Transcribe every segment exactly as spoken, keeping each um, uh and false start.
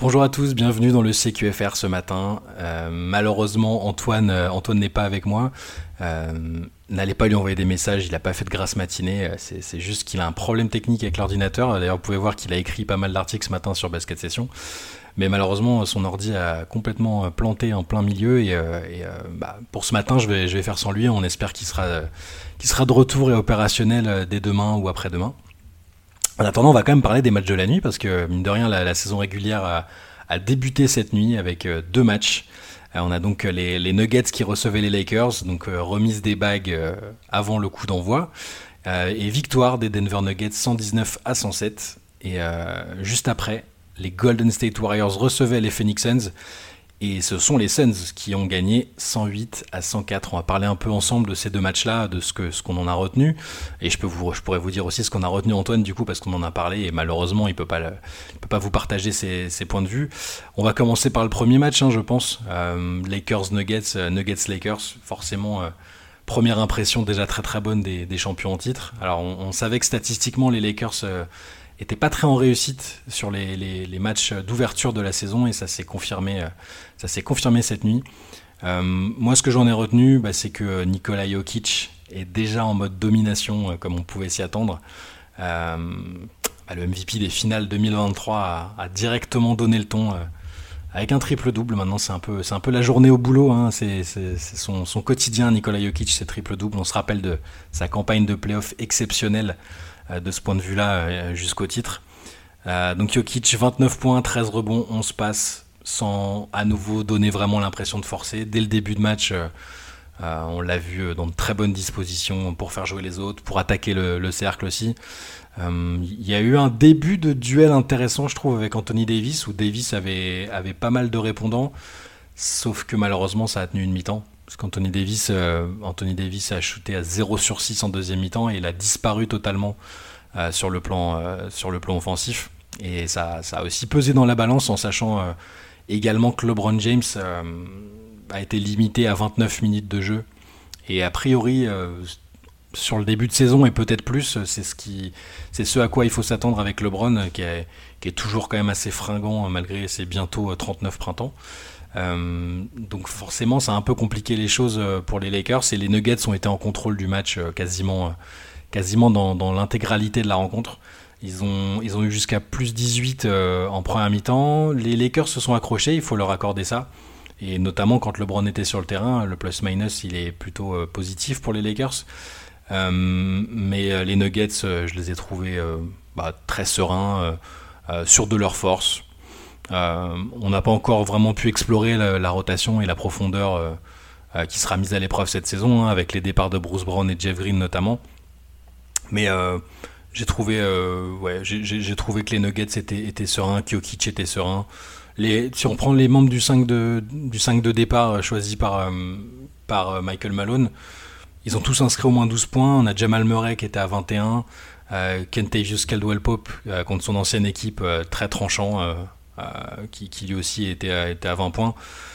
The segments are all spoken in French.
Bonjour à tous, bienvenue dans le C Q F R ce matin. Euh, malheureusement, Antoine, euh, Antoine n'est pas avec moi. Euh, n'allez pas lui envoyer des messages, il n'a pas fait de grasse matinée. C'est, c'est juste qu'il a un problème technique avec l'ordinateur. D'ailleurs, vous pouvez voir qu'il a écrit pas mal d'articles ce matin sur Basket Session. Mais malheureusement, son ordi a complètement planté en plein milieu. Et, euh, et euh, bah, pour ce matin, je vais, je vais faire sans lui. On espère qu'il sera, euh, qu'il sera de retour et opérationnel dès demain ou après-demain. En attendant, on va quand même parler des matchs de la nuit parce que, mine de rien, la, la saison régulière a, a débuté cette nuit avec euh, deux matchs. Euh, on a donc les, les Nuggets qui recevaient les Lakers, donc euh, remise des bagues euh, avant le coup d'envoi, euh, et victoire des Denver Nuggets cent dix-neuf à cent sept. Et euh, juste après, les Golden State Warriors recevaient les Phoenix Suns. Et ce sont les Suns qui ont gagné cent huit à cent quatre. On va parler un peu ensemble de ces deux matchs-là, de ce, que, ce qu'on en a retenu. Et je, peux vous, je pourrais vous dire aussi ce qu'on a retenu Antoine, du coup, parce qu'on en a parlé. Et malheureusement, il ne peut, peut pas vous partager ses, ses points de vue. On va commencer par le premier match, hein, je pense. Euh, Lakers-Nuggets, euh, Nuggets-Lakers. Forcément, euh, première impression déjà très très bonne des, des champions en titre. Alors, on, on savait que statistiquement, les Lakers... Euh, était pas très en réussite sur les, les, les matchs d'ouverture de la saison et ça s'est confirmé, ça s'est confirmé cette nuit. Euh, moi, ce que j'en ai retenu, bah, c'est que Nikola Jokic est déjà en mode domination, comme on pouvait s'y attendre. Euh, bah, le M V P des finales deux mille vingt-trois a, a directement donné le ton euh, avec un triple-double. Maintenant, c'est un peu, c'est un peu la journée au boulot. Hein. C'est, c'est, c'est son, son quotidien, Nikola Jokic, c'est triple-double. On se rappelle de sa campagne de play-off exceptionnelle de ce point de vue-là jusqu'au titre. Euh, donc Jokic, vingt-neuf points, treize rebonds, onze passes, sans à nouveau donner vraiment l'impression de forcer. Dès le début de match, euh, on l'a vu dans de très bonnes dispositions pour faire jouer les autres, pour attaquer le, le cercle aussi. Il euh, y a eu un début de duel intéressant, je trouve, avec Anthony Davis, où Davis avait, avait pas mal de répondants, sauf que malheureusement, ça a tenu une mi-temps. Parce qu'Anthony Davis, euh, Anthony Davis a shooté à zéro sur six en deuxième mi-temps et il a disparu totalement euh, sur, le plan, euh, sur le plan offensif. Et ça, ça a aussi pesé dans la balance en sachant euh, également que LeBron James euh, a été limité à vingt-neuf minutes de jeu. Et a priori, euh, sur le début de saison et peut-être plus, c'est ce, qui, c'est ce à quoi il faut s'attendre avec LeBron, qui est, qui est toujours quand même assez fringant malgré ses bientôt trente-neuf printemps. Euh, donc forcément ça a un peu compliqué les choses pour les Lakers et les Nuggets ont été en contrôle du match quasiment, quasiment dans, dans l'intégralité de la rencontre. Ils ont, ils ont eu jusqu'à plus dix-huit euh, en première mi-temps. Les Lakers se sont accrochés, il faut leur accorder ça, et notamment quand LeBron était sur le terrain, le plus-minus il est plutôt euh, positif pour les Lakers. Euh, mais euh, les Nuggets, euh, je les ai trouvés euh, bah, très sereins, euh, euh, sûrs de leur force. Euh, on n'a pas encore vraiment pu explorer la, la rotation et la profondeur euh, euh, qui sera mise à l'épreuve cette saison, hein, avec les départs de Bruce Brown et Jeff Green notamment. Mais euh, j'ai, trouvé, euh, ouais, j'ai, j'ai, j'ai trouvé que les Nuggets étaient, étaient sereins, que Jokic était serein. Les, si on prend les membres du cinq de, du cinq de départ euh, choisi par, euh, par euh, Michael Malone, ils ont tous inscrit au moins douze points. On a Jamal Murray qui était à vingt et un, euh, Kentavious Caldwell-Pope euh, contre son ancienne équipe, euh, très tranchant, euh, Euh, qui, qui lui aussi était à, était à vingt points.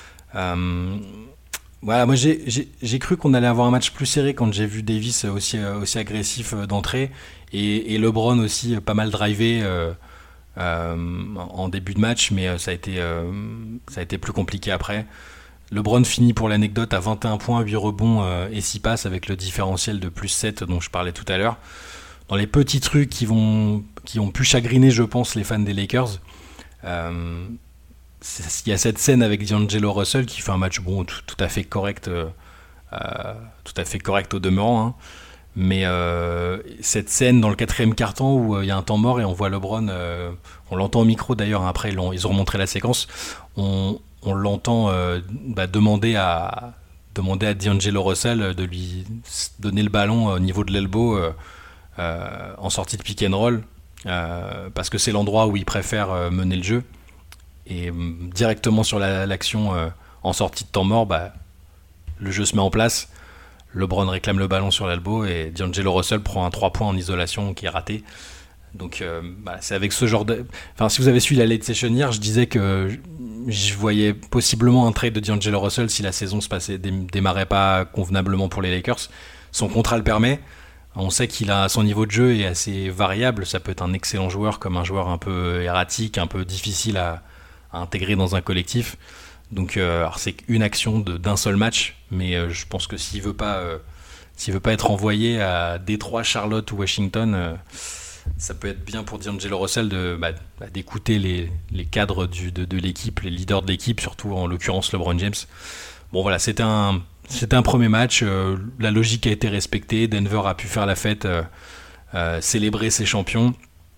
Euh, voilà, moi j'ai, j'ai, j'ai cru qu'on allait avoir un match plus serré quand j'ai vu Davis aussi, aussi agressif d'entrée et, et LeBron aussi pas mal drivé euh, euh, en début de match, mais ça a été, euh, ça a été plus compliqué après. LeBron finit pour l'anecdote à vingt et un points, huit rebonds euh, et six passes avec le différentiel de plus sept dont je parlais tout à l'heure. Dans les petits trucs qui, vont, qui ont pu chagriner, je pense, les fans des Lakers, Euh, il y a cette scène avec D'Angelo Russell qui fait un match bon, tout, tout à fait correct, euh, tout à fait correct au demeurant, hein. Mais euh, cette scène dans le quatrième quart-temps où il euh, y a un temps mort et on voit LeBron, euh, on l'entend au micro d'ailleurs, hein, après ils ont, ils ont remontré la séquence, on, on l'entend euh, bah, demander à demander à D'Angelo Russell de lui donner le ballon au niveau de l'elbow euh, euh, en sortie de pick and roll. Euh, parce que c'est l'endroit où il préfère euh, mener le jeu et euh, directement sur la, l'action euh, en sortie de temps mort, bah, le jeu se met en place, LeBron réclame le ballon sur l'elbow et D'Angelo Russell prend un trois points en isolation qui est raté. Donc euh, bah, c'est avec ce genre de... Enfin, si vous avez suivi la late session hier, je disais que je voyais possiblement un trade de D'Angelo Russell si la saison se passait, dé- démarrait pas convenablement pour les Lakers. Son contrat le permet. On sait qu'il a son niveau de jeu est assez variable. Ça peut être un excellent joueur comme un joueur un peu erratique, un peu difficile à, à intégrer dans un collectif. Donc euh, alors c'est une action de, d'un seul match, mais euh, je pense que s'il veut pas, euh, s'il veut pas être envoyé à Détroit, Charlotte ou Washington, euh, ça peut être bien pour D'Angelo Russell de, bah, bah, d'écouter les, les cadres du, de, de l'équipe, les leaders de l'équipe, surtout en l'occurrence LeBron James. Bon voilà, c'était un, c'était un premier match, euh, la logique a été respectée, Denver a pu faire la fête, euh, euh, célébrer ses champions.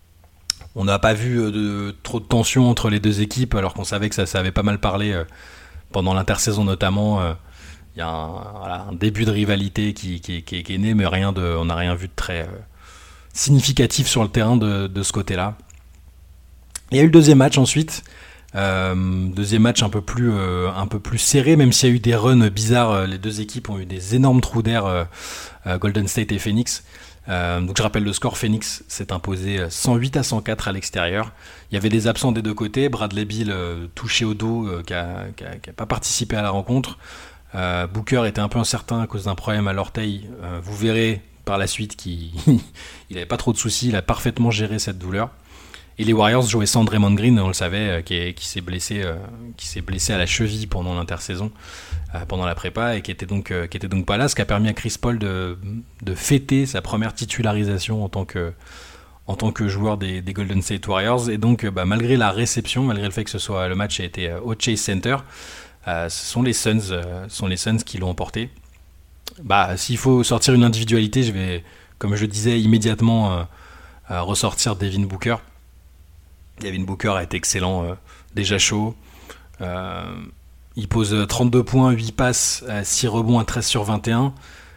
On n'a pas vu euh, de, trop de tension entre les deux équipes, alors qu'on savait que ça, ça avait pas mal parlé euh, pendant l'intersaison notamment. Il euh, y a un, voilà, un début de rivalité qui, qui, qui, qui est né, mais rien de, on n'a rien vu de très euh, significatif sur le terrain de, de ce côté-là. Il y a eu le deuxième match ensuite, euh, deuxième match un peu plus, euh, un peu plus serré, même s'il y a eu des runs bizarres. Les deux équipes ont eu des énormes trous d'air, euh, euh, Golden State et Phoenix. Euh, donc je rappelle le score, Phoenix s'est imposé cent huit à cent quatre à l'extérieur. Il y avait des absents des deux côtés, Bradley Beal euh, touché au dos, euh, qui n'a pas participé à la rencontre. Euh, Booker était un peu incertain à cause d'un problème à l'orteil. Euh, vous verrez par la suite qu'il n'avait pas trop de soucis, il a parfaitement géré cette douleur. Et les Warriors jouaient sans Draymond Green, on le savait, euh, qui, est, qui, s'est blessé, euh, qui s'est blessé à la cheville pendant l'intersaison, euh, pendant la prépa, et qui était, donc, euh, qui était donc pas là, ce qui a permis à Chris Paul de, de fêter sa première titularisation en tant que, en tant que joueur des, des Golden State Warriors. Et donc, bah, malgré la réception, malgré le fait que ce soit, le match a été au Chase Center, euh, ce sont les Suns, euh, sont les Suns qui l'ont emporté. Bah, s'il faut sortir une individualité, je vais, comme je le disais, immédiatement euh, euh, ressortir Devin Booker. Devin Booker a été excellent, euh, déjà chaud. Euh, il pose trente-deux points, huit passes, six rebonds à treize sur vingt et un.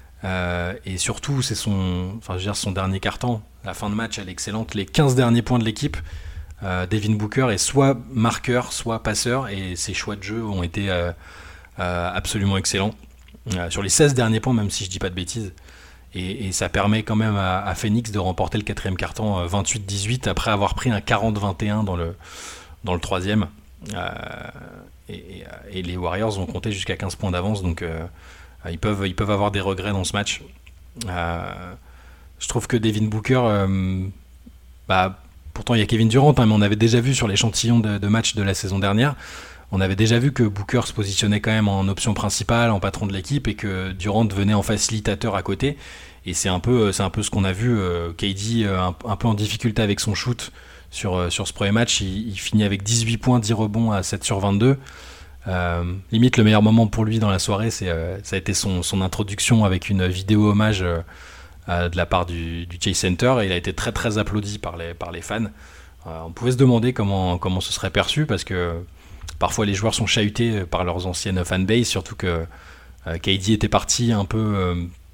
Euh, et surtout, c'est son, enfin, je veux dire, son dernier quart-temps. La fin de match, elle est excellente. Les quinze derniers points de l'équipe, euh, Devin Booker est soit marqueur, soit passeur. Et ses choix de jeu ont été euh, euh, absolument excellents. Euh, sur les seize derniers points, même si je dis pas de bêtises. Et, et ça permet quand même à, à Phoenix de remporter le quatrième quart-temps euh, vingt-huit dix-huit après avoir pris un quarante vingt et un dans le, dans le troisième. Euh, et, et, et les Warriors ont compté jusqu'à quinze points d'avance, donc euh, ils, peuvent, ils peuvent avoir des regrets dans ce match. Euh, je trouve que Devin Booker, euh, bah, pourtant il y a Kevin Durant, hein, mais on avait déjà vu sur l'échantillon de, de matchs de la saison dernière, on avait déjà vu que Booker se positionnait quand même en option principale, en patron de l'équipe, et que Durant venait en facilitateur à côté. Et c'est un peu, c'est un peu ce qu'on a vu. Euh, K D euh, un, un peu en difficulté avec son shoot sur, euh, sur ce premier match. Il, il finit avec dix-huit points, dix rebonds à sept sur vingt-deux. Euh, limite, le meilleur moment pour lui dans la soirée, c'est, euh, ça a été son, son introduction avec une vidéo hommage euh, de la part du, du Chase Center. Et il a été très très applaudi par les, par les fans. Euh, on pouvait se demander comment, comment ce serait perçu, parce que parfois les joueurs sont chahutés par leurs anciennes fanbase, surtout que euh, K D était parti un peu, euh,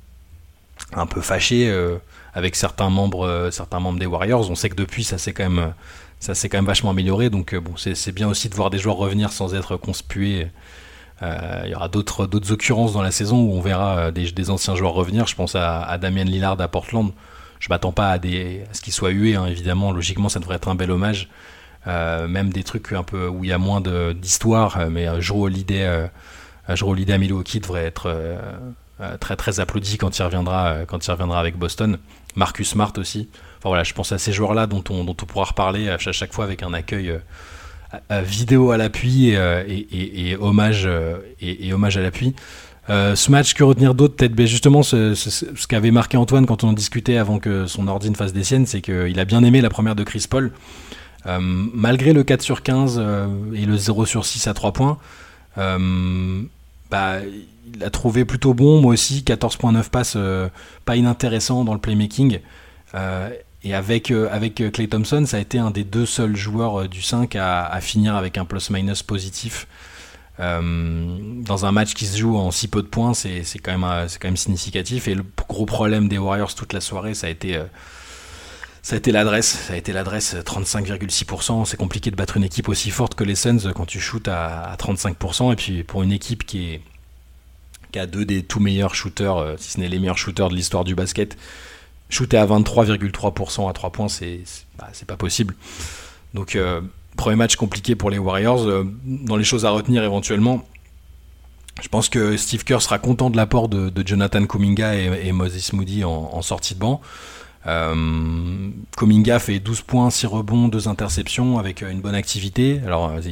un peu fâché euh, avec certains membres, euh, certains membres des Warriors. On sait que depuis ça s'est quand même, ça s'est quand même vachement amélioré, donc euh, bon, c'est, c'est bien aussi de voir des joueurs revenir sans être conspués. Euh, il y aura d'autres, d'autres occurrences dans la saison où on verra euh, des, des anciens joueurs revenir. Je pense à, à Damian Lillard à Portland. Je m'attends pas à, des, à ce qu'il soit hué, hein, évidemment. Logiquement, ça devrait être un bel hommage. Euh, même des trucs un peu où il y a moins de, d'histoire, mais euh, Jrue Holiday, euh, Jrue Holiday à Milwaukee devrait être euh, euh, très très applaudi quand il reviendra, euh, quand il reviendra avec Boston. Marcus Smart aussi. Enfin voilà, je pense à ces joueurs-là dont on, dont on pourra reparler à chaque fois avec un accueil euh, euh, vidéo à l'appui et, euh, et, et, et hommage euh, et, et hommage à l'appui. Euh, ce match, que retenir d'autre, peut-être ben justement ce, ce, ce qu'avait marqué Antoine quand on en discutait avant que son ordi ne fasse des siennes, c'est qu'il a bien aimé la première de Chris Paul. Euh, malgré le quatre sur quinze euh, et le zéro sur six à trois points, euh, bah, il a trouvé plutôt bon, moi aussi, quatorze virgule neuf passes, euh, pas inintéressant dans le playmaking. Euh, et avec, euh, avec Klay Thompson, ça a été un des deux seuls joueurs euh, du cinq à, à finir avec un plus-minus positif. Euh, dans un match qui se joue en si peu de points, c'est, c'est, quand même, c'est quand même significatif. Et le gros problème des Warriors toute la soirée, ça a été... Euh, Ça a été l'adresse, ça a été l'adresse trente-cinq virgule six pour cent. C'est compliqué de battre une équipe aussi forte que les Suns quand tu shootes à, à trente-cinq pour cent. Et puis pour une équipe qui, est, qui a deux des tout meilleurs shooters, euh, si ce n'est les meilleurs shooters de l'histoire du basket, shooter à vingt-trois virgule trois pour cent à trois points, c'est, c'est, bah, c'est pas possible. Donc euh, premier match compliqué pour les Warriors. Euh, dans les choses à retenir éventuellement, je pense que Steve Kerr sera content de l'apport de, de Jonathan Kuminga et, et Moses Moody en, en sortie de banc. Euh, Kuminga fait douze points, six rebonds, deux interceptions avec une bonne activité. Alors il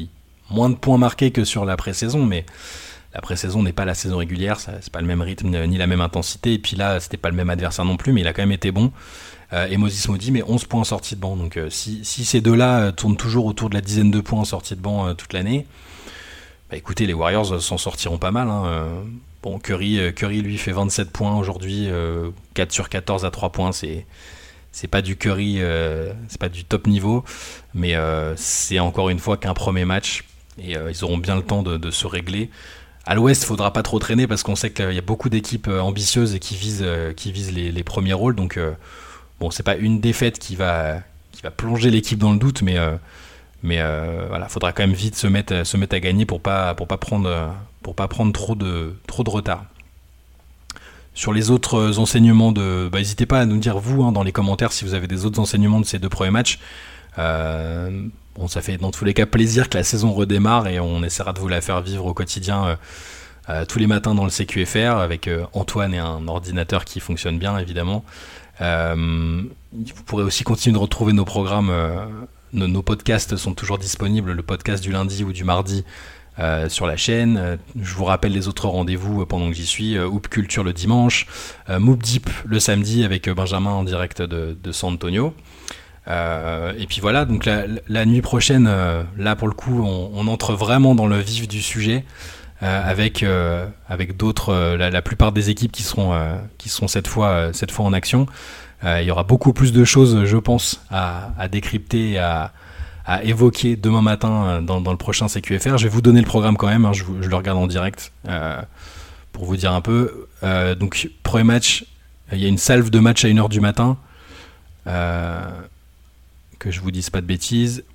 moins de points marqués que sur la pré-saison, mais la pré-saison n'est pas la saison régulière, ça, c'est pas le même rythme ni la même intensité, et puis là c'était pas le même adversaire non plus, mais il a quand même été bon. Euh, et Moses Moody, mais onze points en sortie de banc, donc euh, si, si ces deux-là euh, tournent toujours autour de la dizaine de points en sortie de banc euh, toute l'année, bah écoutez, les Warriors euh, s'en sortiront pas mal. Hein, euh, bon, Curry, euh, Curry lui fait vingt-sept points aujourd'hui, euh, quatre sur quatorze à trois points, c'est c'est pas du Curry, euh, c'est pas du top niveau, mais euh, c'est encore une fois qu'un premier match, et euh, ils auront bien le temps de, de se régler. À l'Ouest, il ne faudra pas trop traîner parce qu'on sait qu'il y a beaucoup d'équipes ambitieuses et qui visent, euh, qui visent les, les premiers rôles. Donc, euh, bon, c'est pas une défaite qui va, qui va plonger l'équipe dans le doute, mais, euh, mais euh, voilà, faudra quand même vite se mettre, se mettre à gagner pour pas, pour pas prendre, pour pas prendre trop de, trop de retard. Sur les autres enseignements, de, bah, n'hésitez pas à nous dire vous hein, dans les commentaires si vous avez des autres enseignements de ces deux premiers matchs. Euh, Bon, ça fait dans tous les cas plaisir que la saison redémarre et on essaiera de vous la faire vivre au quotidien euh, euh, tous les matins dans le C Q F R avec euh, Antoine et un ordinateur qui fonctionne bien évidemment. Euh, vous pourrez aussi continuer de retrouver nos programmes, euh, nos, nos podcasts sont toujours disponibles, le podcast du lundi ou du mardi euh, sur la chaîne. Euh, je vous rappelle les autres rendez-vous euh, pendant que j'y suis, euh, Hoop Culture le dimanche, euh, Moop Deep le samedi avec euh, Benjamin en direct de, de San Antonio. Euh, et puis voilà, donc la, la nuit prochaine, euh, là pour le coup, on, on entre vraiment dans le vif du sujet euh, avec euh, avec d'autres, euh, la, la plupart des équipes qui seront euh, qui seront cette fois euh, cette fois en action. Euh, il y aura beaucoup plus de choses, je pense, à, à décrypter, à, à évoquer demain matin dans, dans le prochain C Q F R. Je vais vous donner le programme quand même, hein, je, vous, je le regarde en direct euh, pour vous dire un peu. Euh, donc premier match, il y a une salve de match à une heure du matin. Euh, que je vous dise pas de bêtises.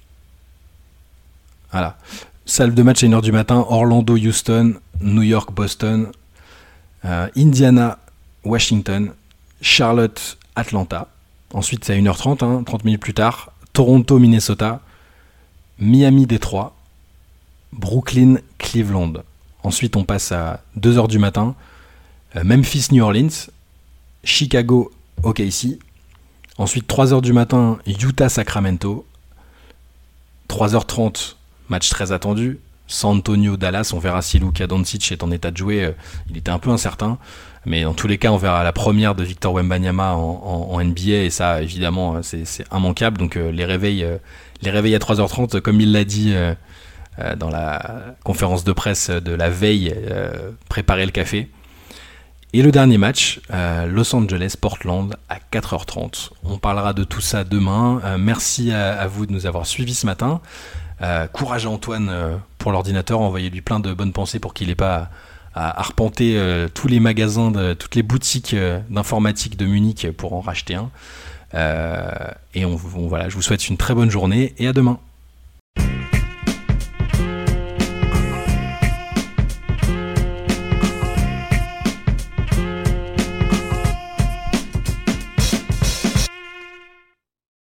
Voilà. Salve de match à une heure du matin, Orlando, Houston, New York, Boston, euh, Indiana, Washington, Charlotte, Atlanta. Ensuite, c'est à une heure trente, hein, trente minutes plus tard, Toronto, Minnesota, Miami, Détroit, Brooklyn, Cleveland. Ensuite, on passe à deux heures du matin, euh, Memphis, New Orleans, Chicago, O K C. Ensuite, trois heures du matin, Utah-Sacramento. trois heures trente, match très attendu. San Antonio-Dallas, on verra si Luka Doncic est en état de jouer. Il était un peu incertain. Mais dans tous les cas, on verra la première de Victor Wembanyama en, en, en N B A. Et ça, évidemment, c'est, c'est immanquable. Donc euh, les, réveils, euh, les réveils à trois heures trente, comme il l'a dit euh, euh, dans la conférence de presse de la veille, euh, préparez le café. Et le dernier match, euh, Los Angeles-Portland à quatre heures trente. On parlera de tout ça demain. Euh, merci à, à vous de nous avoir suivis ce matin. Euh, courage à Antoine euh, pour l'ordinateur. Envoyez-lui plein de bonnes pensées pour qu'il n'ait pas à, à arpenter euh, tous les magasins, de, toutes les boutiques euh, d'informatique de Munich pour en racheter un. Euh, et on, on, voilà, je vous souhaite une très bonne journée et à demain.